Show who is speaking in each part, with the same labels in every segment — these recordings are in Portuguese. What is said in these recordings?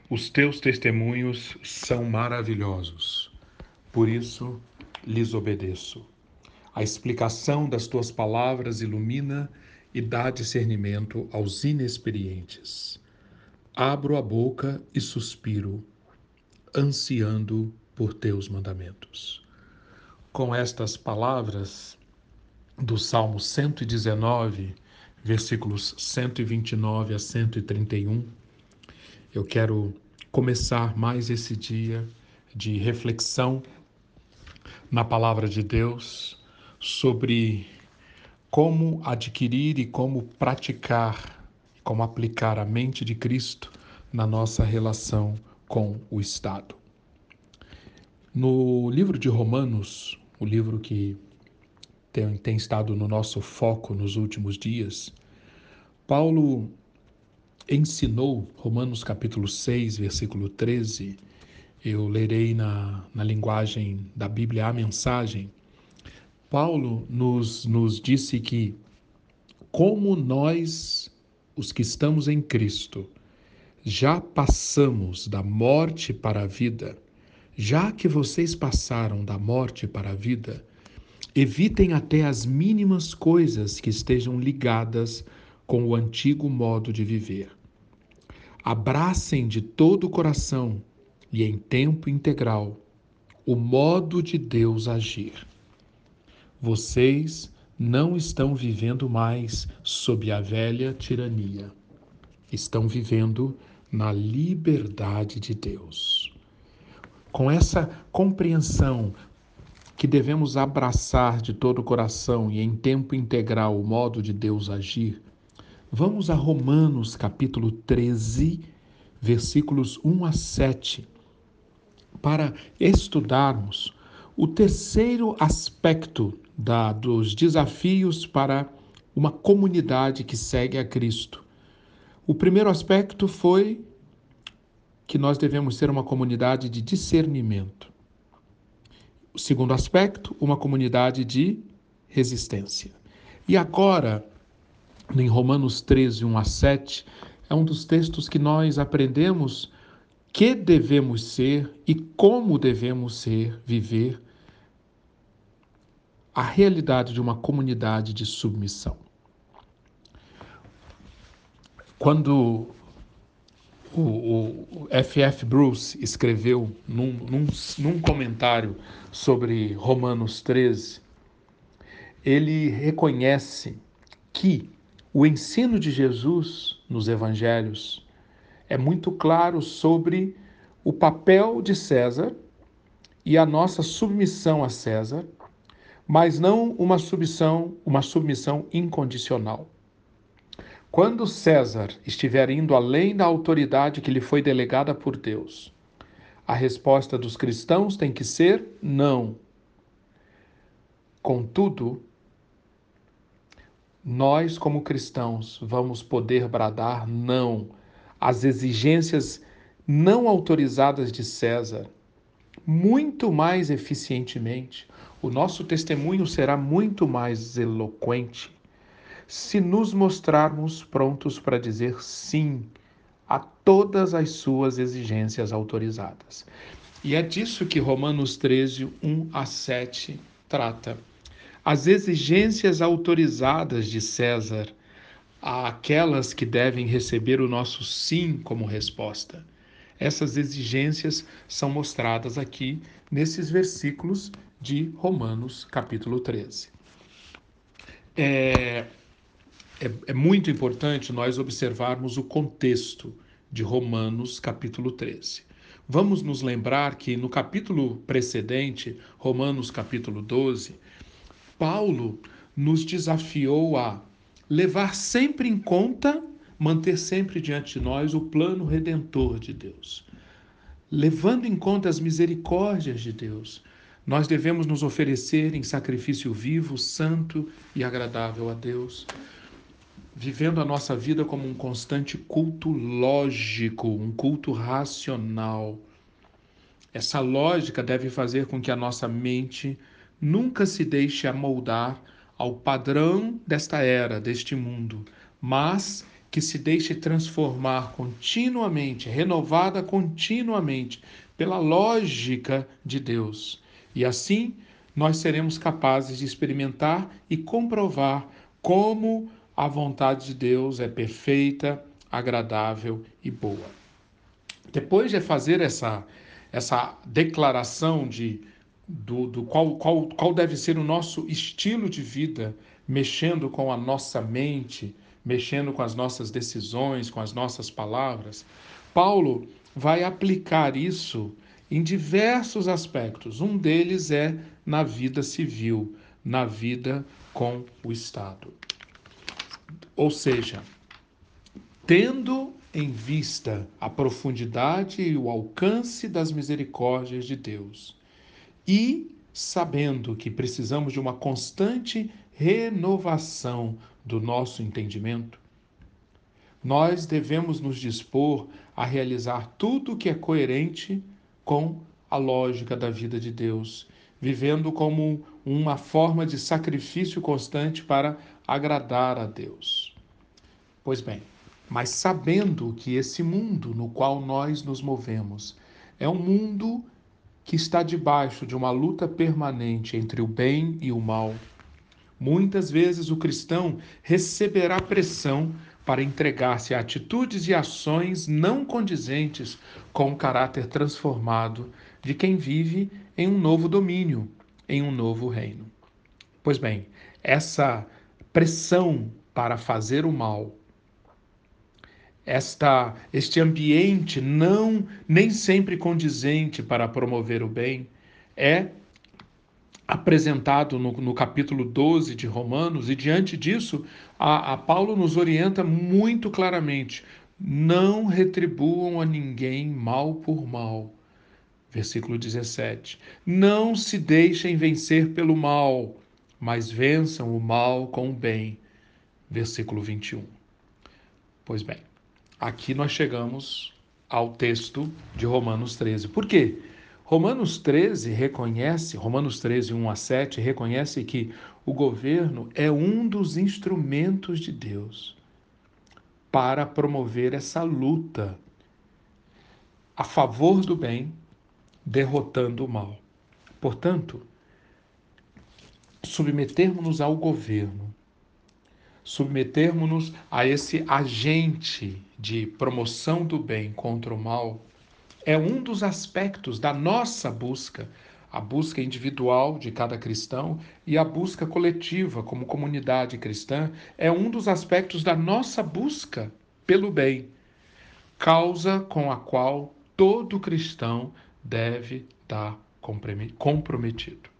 Speaker 1: Os teus testemunhos são maravilhosos, por isso lhes obedeço. A explicação das tuas palavras ilumina e dá discernimento aos inexperientes. Abro a boca e suspiro, ansiando por teus mandamentos. Com estas palavras do Salmo 119, versículos 129 a 131, eu quero começar mais esse dia de reflexão na palavra de Deus sobre como adquirir e como praticar, como aplicar a mente de Cristo na nossa relação com o Estado. No livro de Romanos, o livro que tem estado no nosso foco nos últimos dias, Paulo ensinou, Romanos capítulo 6, versículo 13, eu lerei na linguagem da Bíblia a mensagem. Paulo nos disse que como nós, os que estamos em Cristo, já passamos da morte para a vida, já que vocês passaram da morte para a vida, evitem até as mínimas coisas que estejam ligadas com o antigo modo de viver. Abracem de todo o coração e em tempo integral o modo de Deus agir. Vocês não estão vivendo mais sob a velha tirania. Estão vivendo na liberdade de Deus. Com essa compreensão que devemos abraçar de todo o coração e em tempo integral o modo de Deus agir, vamos a Romanos capítulo 13, versículos 1 a 7, para estudarmos o terceiro aspecto dos desafios para uma comunidade que segue a Cristo. O primeiro aspecto foi que nós devemos ser uma comunidade de discernimento. O segundo aspecto, uma comunidade de resistência. E agora, em Romanos 13, 1 a 7, é um dos textos que nós aprendemos que devemos ser e como devemos ser, viver a realidade de uma comunidade de submissão. Quando o F.F. Bruce escreveu num comentário sobre Romanos 13, ele reconhece que o ensino de Jesus nos evangelhos é muito claro sobre o papel de César e a nossa submissão a César, mas não uma submissão incondicional. Quando César estiver indo além da autoridade que lhe foi delegada por Deus, a resposta dos cristãos tem que ser não. Contudo, nós, como cristãos, vamos poder bradar não às exigências não autorizadas de César, muito mais eficientemente. O nosso testemunho será muito mais eloquente se nos mostrarmos prontos para dizer sim a todas as suas exigências autorizadas. E é disso que Romanos 13, 1 a 7 trata. As exigências autorizadas de César, aquelas que devem receber o nosso sim como resposta. Essas exigências são mostradas aqui nesses versículos de Romanos capítulo 13. É muito importante nós observarmos o contexto de Romanos capítulo 13. Vamos nos lembrar que no capítulo precedente, Romanos capítulo 12, Paulo nos desafiou a levar sempre em conta, manter sempre diante de nós o plano redentor de Deus. Levando em conta as misericórdias de Deus, nós devemos nos oferecer em sacrifício vivo, santo e agradável a Deus, vivendo a nossa vida como um constante culto lógico, um culto racional. Essa lógica deve fazer com que a nossa mente nunca se deixe amoldar ao padrão desta era, deste mundo, mas que se deixe transformar continuamente, renovada continuamente pela lógica de Deus. E assim nós seremos capazes de experimentar e comprovar como a vontade de Deus é perfeita, agradável e boa. Depois de fazer essa declaração do qual deve ser o nosso estilo de vida, mexendo com a nossa mente, mexendo com as nossas decisões, com as nossas palavras, Paulo vai aplicar isso em diversos aspectos. Um deles é na vida civil, na vida com o Estado. Ou seja, tendo em vista a profundidade e o alcance das misericórdias de Deus e sabendo que precisamos de uma constante renovação do nosso entendimento, nós devemos nos dispor a realizar tudo o que é coerente com a lógica da vida de Deus, vivendo como uma forma de sacrifício constante para agradar a Deus. Pois bem, mas sabendo que esse mundo no qual nós nos movemos é um mundo que está debaixo de uma luta permanente entre o bem e o mal, muitas vezes o cristão receberá pressão para entregar-se a atitudes e ações não condizentes com o caráter transformado de quem vive em um novo domínio, em um novo reino. Pois bem, essa pressão para fazer o mal, este ambiente nem sempre condizente para promover o bem, é apresentado no capítulo 12 de Romanos, e diante disso, a Paulo nos orienta muito claramente: não retribuam a ninguém mal por mal. Versículo 17. Não se deixem vencer pelo mal, mas vençam o mal com o bem. Versículo 21. Pois bem, aqui nós chegamos ao texto de Romanos 13. Por quê? Romanos 13, 1 a 7, reconhece que o governo é um dos instrumentos de Deus para promover essa luta a favor do bem, derrotando o mal. Portanto, submetermos-nos ao governo, submetermos-nos a esse agente de promoção do bem contra o mal, é um dos aspectos da nossa busca, a busca individual de cada cristão e a busca coletiva como comunidade cristã, é um dos aspectos da nossa busca pelo bem, causa com a qual todo cristão deve estar comprometido.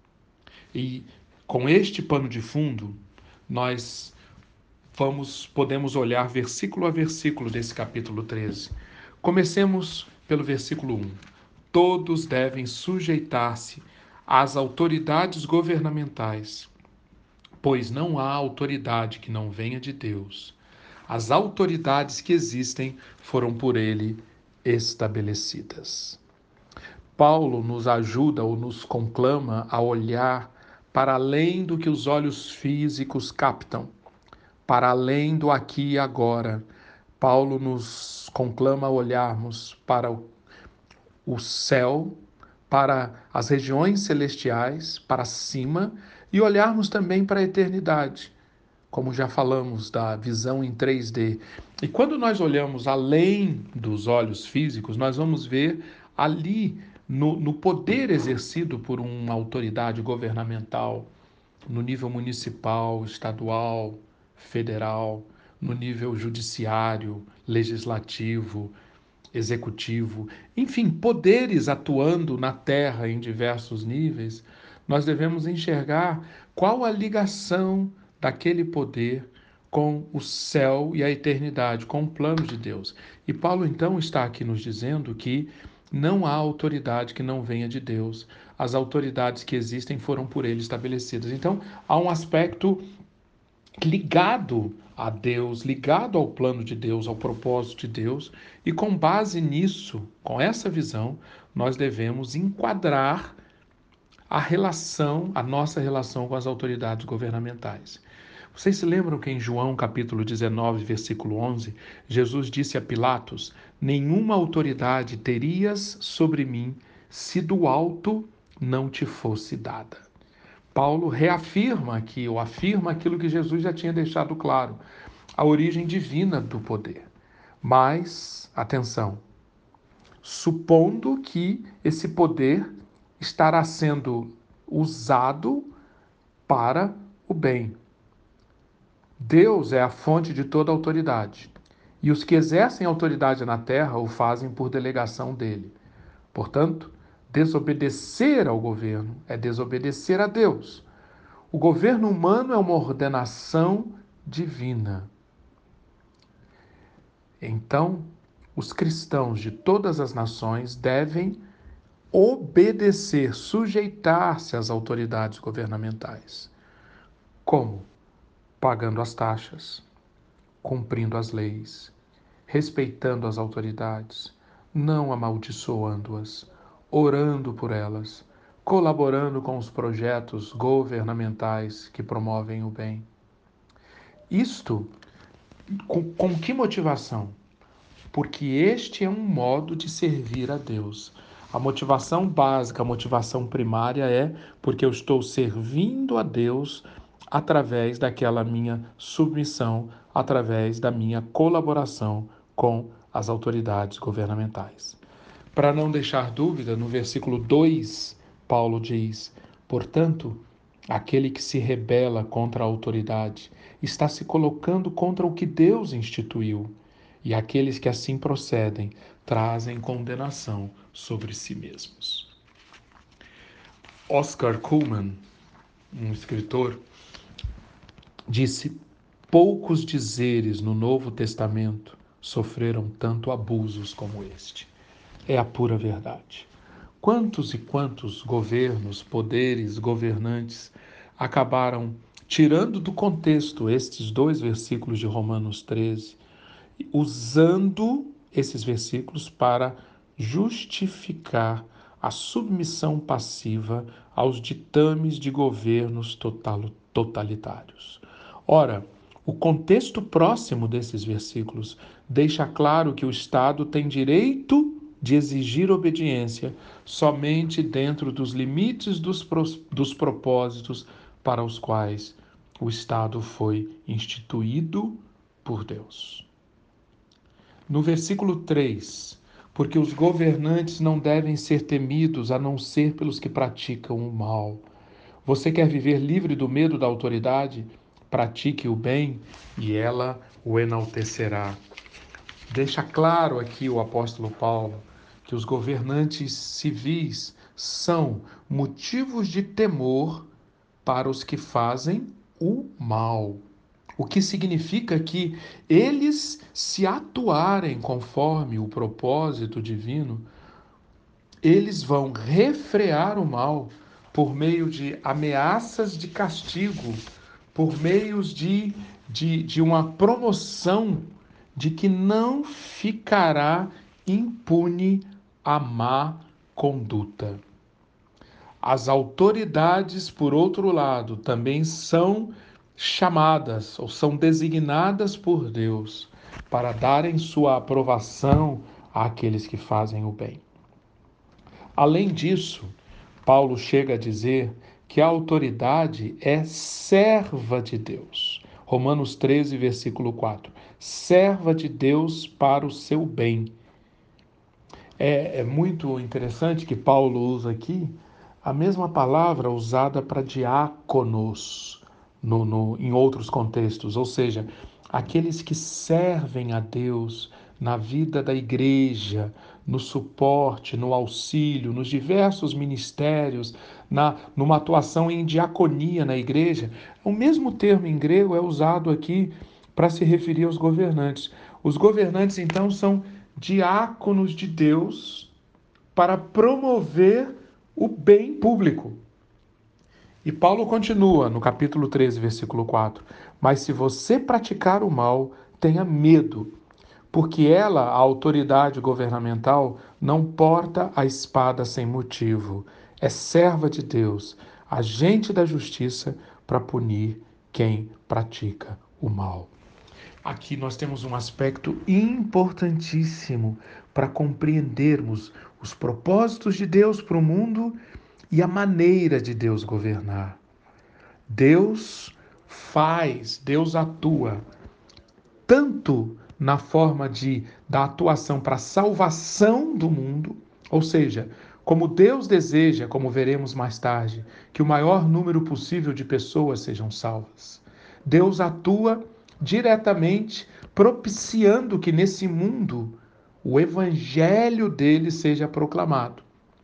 Speaker 1: E com este pano de fundo, nós podemos olhar versículo a versículo desse capítulo 13. Comecemos pelo versículo 1. Todos devem sujeitar-se às autoridades governamentais, pois não há autoridade que não venha de Deus. As autoridades que existem foram por ele estabelecidas. Paulo nos ajuda ou nos conclama a olhar para além do que os olhos físicos captam, para além do aqui e agora. Paulo nos conclama a olharmos para o céu, para as regiões celestiais, para cima, e olharmos também para a eternidade, como já falamos da visão em 3D. E quando nós olhamos além dos olhos físicos, nós vamos ver ali no poder exercido por uma autoridade governamental, no nível municipal, estadual, federal, no nível judiciário, legislativo, executivo, enfim, poderes atuando na Terra em diversos níveis, nós devemos enxergar qual a ligação daquele poder com o céu e a eternidade, com o plano de Deus. E Paulo então está aqui nos dizendo que não há autoridade que não venha de Deus. As autoridades que existem foram por ele estabelecidas. Então, há um aspecto ligado a Deus, ligado ao plano de Deus, ao propósito de Deus, e com base nisso, com essa visão, nós devemos enquadrar a nossa relação com as autoridades governamentais. Vocês se lembram que em João capítulo 19, versículo 11, Jesus disse a Pilatos: nenhuma autoridade terias sobre mim se do alto não te fosse dada. Paulo reafirma aqui, ou afirma aquilo que Jesus já tinha deixado claro, a origem divina do poder. Mas, atenção, supondo que esse poder estará sendo usado para o bem. Deus é a fonte de toda autoridade, e os que exercem autoridade na terra o fazem por delegação dele. Portanto, desobedecer ao governo é desobedecer a Deus. O governo humano é uma ordenação divina. Então, os cristãos de todas as nações devem obedecer, sujeitar-se às autoridades governamentais. Como? Pagando as taxas, cumprindo as leis, respeitando as autoridades, não amaldiçoando-as, orando por elas, colaborando com os projetos governamentais que promovem o bem. Isto, com que motivação? Porque este é um modo de servir a Deus. A motivação básica, a motivação primária é porque eu estou servindo a Deus através daquela minha submissão, através da minha colaboração com as autoridades governamentais. Para não deixar dúvida, no versículo 2, Paulo diz: portanto, aquele que se rebela contra a autoridade está se colocando contra o que Deus instituiu, e aqueles que assim procedem trazem condenação sobre si mesmos. Oscar Cullmann, um escritor, disse: poucos dizeres no Novo Testamento sofreram tanto abusos como este. É a pura verdade. Quantos e quantos governos, poderes, governantes acabaram tirando do contexto estes 2 versículos de Romanos 13, usando esses versículos para justificar a submissão passiva aos ditames de governos totalitários. Ora, o contexto próximo desses versículos deixa claro que o Estado tem direito de exigir obediência somente dentro dos limites dos propósitos para os quais o Estado foi instituído por Deus. No versículo 3, porque os governantes não devem ser temidos a não ser pelos que praticam o mal. Você quer viver livre do medo da autoridade? Pratique o bem e ela o enaltecerá. Deixa claro aqui o apóstolo Paulo que os governantes civis são motivos de temor para os que fazem o mal. O que significa que eles, se atuarem conforme o propósito divino, eles vão refrear o mal por meio de ameaças de castigo, por meios de uma promoção de que não ficará impune a má conduta. As autoridades, por outro lado, também são chamadas ou são designadas por Deus para darem sua aprovação àqueles que fazem o bem. Além disso, Paulo chega a dizer que a autoridade é serva de Deus. Romanos 13, versículo 4. Serva de Deus para o seu bem. É muito interessante que Paulo usa aqui a mesma palavra usada para diáconos em outros contextos, ou seja, aqueles que servem a Deus na vida da igreja, no suporte, no auxílio, nos diversos ministérios, numa atuação em diaconia na igreja. O mesmo termo em grego é usado aqui para se referir aos governantes. Os governantes, então, são diáconos de Deus para promover o bem público. E Paulo continua no capítulo 13, versículo 4. Mas se você praticar o mal, tenha medo, porque ela, a autoridade governamental, não porta a espada sem motivo. É serva de Deus, agente da justiça para punir quem pratica o mal. Aqui nós temos um aspecto importantíssimo para compreendermos os propósitos de Deus para o mundo e a maneira de Deus governar. Deus atua tanto na forma da atuação para a salvação do mundo, ou seja, como Deus deseja, como veremos mais tarde, que o maior número possível de pessoas sejam salvas. Deus atua diretamente propiciando que nesse mundo o evangelho dele seja proclamado.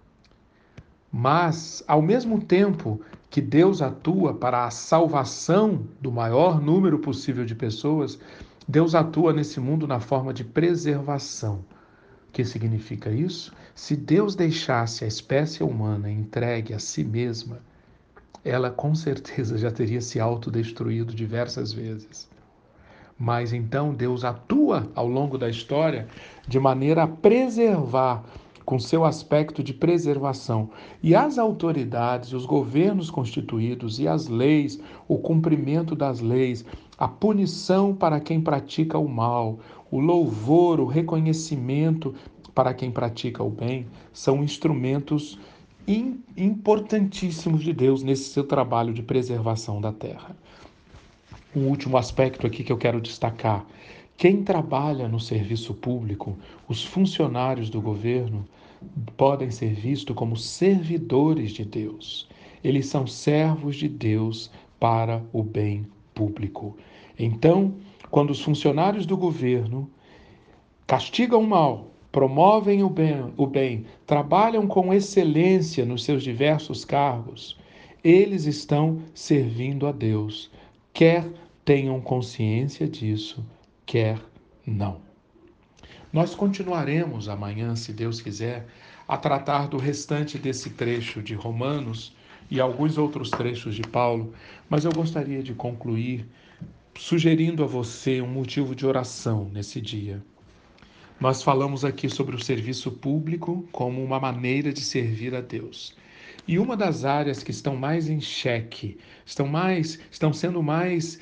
Speaker 1: Mas, ao mesmo tempo que Deus atua para a salvação do maior número possível de pessoas, Deus atua nesse mundo na forma de preservação. O que significa isso? Se Deus deixasse a espécie humana entregue a si mesma, ela com certeza já teria se autodestruído diversas vezes. Mas então Deus atua ao longo da história de maneira a preservar, com seu aspecto de preservação. E as autoridades, os governos constituídos e as leis, o cumprimento das leis, a punição para quem pratica o mal, o louvor, o reconhecimento para quem pratica o bem, são instrumentos importantíssimos de Deus nesse seu trabalho de preservação da terra. Um último aspecto aqui que eu quero destacar. Quem trabalha no serviço público, os funcionários do governo, podem ser vistos como servidores de Deus. Eles são servos de Deus para o bem público. Então, quando os funcionários do governo castigam o mal, promovem o bem, trabalham com excelência nos seus diversos cargos, eles estão servindo a Deus, quer tenham consciência disso, quer não. Nós continuaremos amanhã, se Deus quiser, a tratar do restante desse trecho de Romanos e alguns outros trechos de Paulo, mas eu gostaria de concluir sugerindo a você um motivo de oração nesse dia. Nós falamos aqui sobre o serviço público como uma maneira de servir a Deus. E uma das áreas que estão mais em xeque, estão sendo mais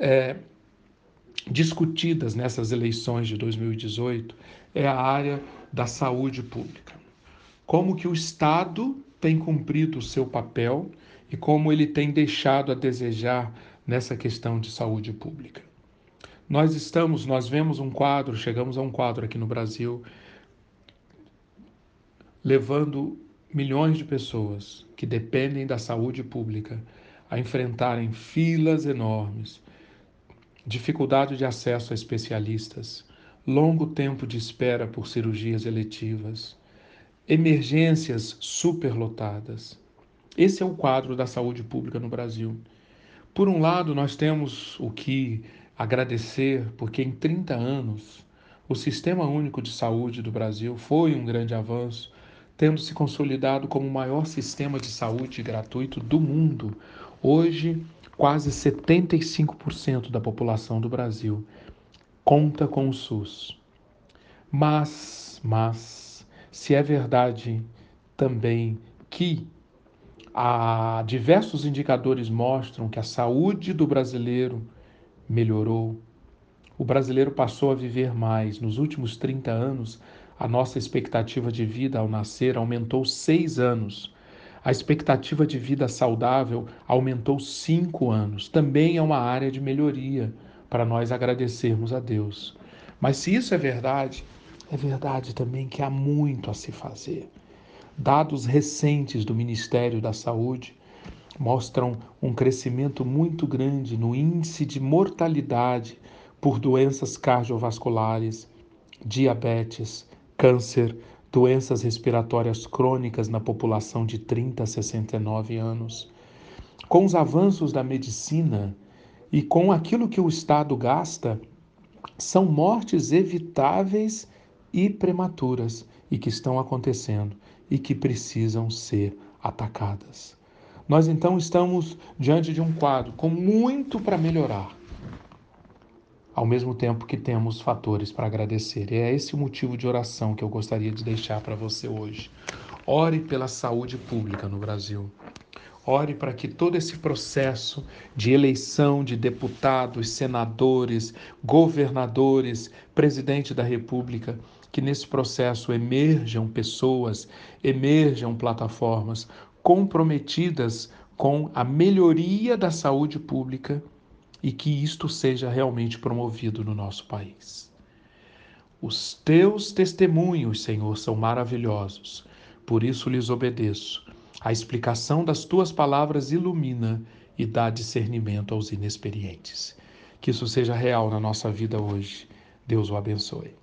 Speaker 1: discutidas nessas eleições de 2018 é a área da saúde pública. Como que o Estado tem cumprido o seu papel e como ele tem deixado a desejar nessa questão de saúde pública. Nós vemos um quadro, chegamos a um quadro aqui no Brasil, levando milhões de pessoas que dependem da saúde pública a enfrentarem filas enormes, dificuldade de acesso a especialistas, longo tempo de espera por cirurgias eletivas, emergências superlotadas. Esse é o quadro da saúde pública no Brasil. Por um lado, nós temos o que agradecer, porque em 30 anos o Sistema Único de Saúde do Brasil foi um grande avanço, tendo se consolidado como o maior sistema de saúde gratuito do mundo. Hoje, quase 75% da população do Brasil conta com o SUS. Mas, se é verdade também que diversos indicadores mostram que a saúde do brasileiro melhorou, o brasileiro passou a viver mais. Nos últimos 30 anos, a nossa expectativa de vida ao nascer aumentou 6 anos. A expectativa de vida saudável aumentou 5 anos. Também é uma área de melhoria para nós agradecermos a Deus. Mas se isso é verdade também que há muito a se fazer. Dados recentes do Ministério da Saúde mostram um crescimento muito grande no índice de mortalidade por doenças cardiovasculares, diabetes, câncer, doenças respiratórias crônicas na população de 30 a 69 anos. Com os avanços da medicina e com aquilo que o Estado gasta, são mortes evitáveis e prematuras e que estão acontecendo e que precisam ser atacadas. Nós então estamos diante de um quadro com muito para melhorar, ao mesmo tempo que temos fatores para agradecer. E é esse o motivo de oração que eu gostaria de deixar para você hoje. Ore pela saúde pública no Brasil. Ore para que todo esse processo de eleição de deputados, senadores, governadores, presidente da República, que nesse processo emerjam pessoas, emerjam plataformas comprometidas com a melhoria da saúde pública e que isto seja realmente promovido no nosso país. Os teus testemunhos, Senhor, são maravilhosos, por isso lhes obedeço. A explicação das tuas palavras ilumina e dá discernimento aos inexperientes. Que isso seja real na nossa vida hoje. Deus o abençoe.